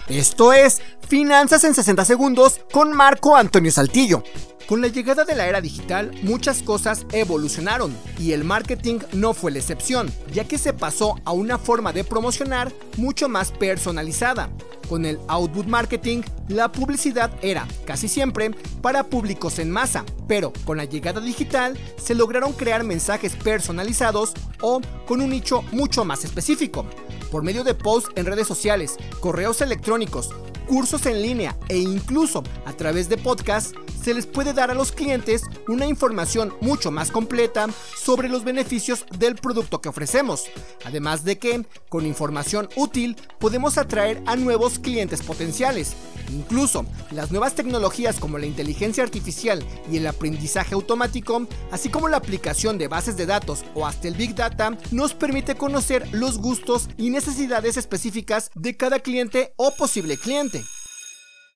Esto es Finanzas en 60 segundos con Marco Antonio Saltillo. Con la llegada de la era digital, muchas cosas evolucionaron y el marketing no fue la excepción, ya que se pasó a una forma de promocionar mucho más personalizada. Con el outbound marketing, la publicidad era, casi siempre, para públicos en masa, pero con la llegada digital se lograron crear mensajes personalizados o con un nicho mucho más específico. Por medio de posts en redes sociales, correos electrónicos, cursos en línea e incluso a través de podcasts, se les puede dar a los clientes una información mucho más completa sobre los beneficios del producto que ofrecemos. Además de que, con información útil, podemos atraer a nuevos clientes potenciales. Incluso, las nuevas tecnologías como la inteligencia artificial y el aprendizaje automático, así como la aplicación de bases de datos o hasta el Big Data, nos permite conocer los gustos y necesidades específicas de cada cliente o posible cliente.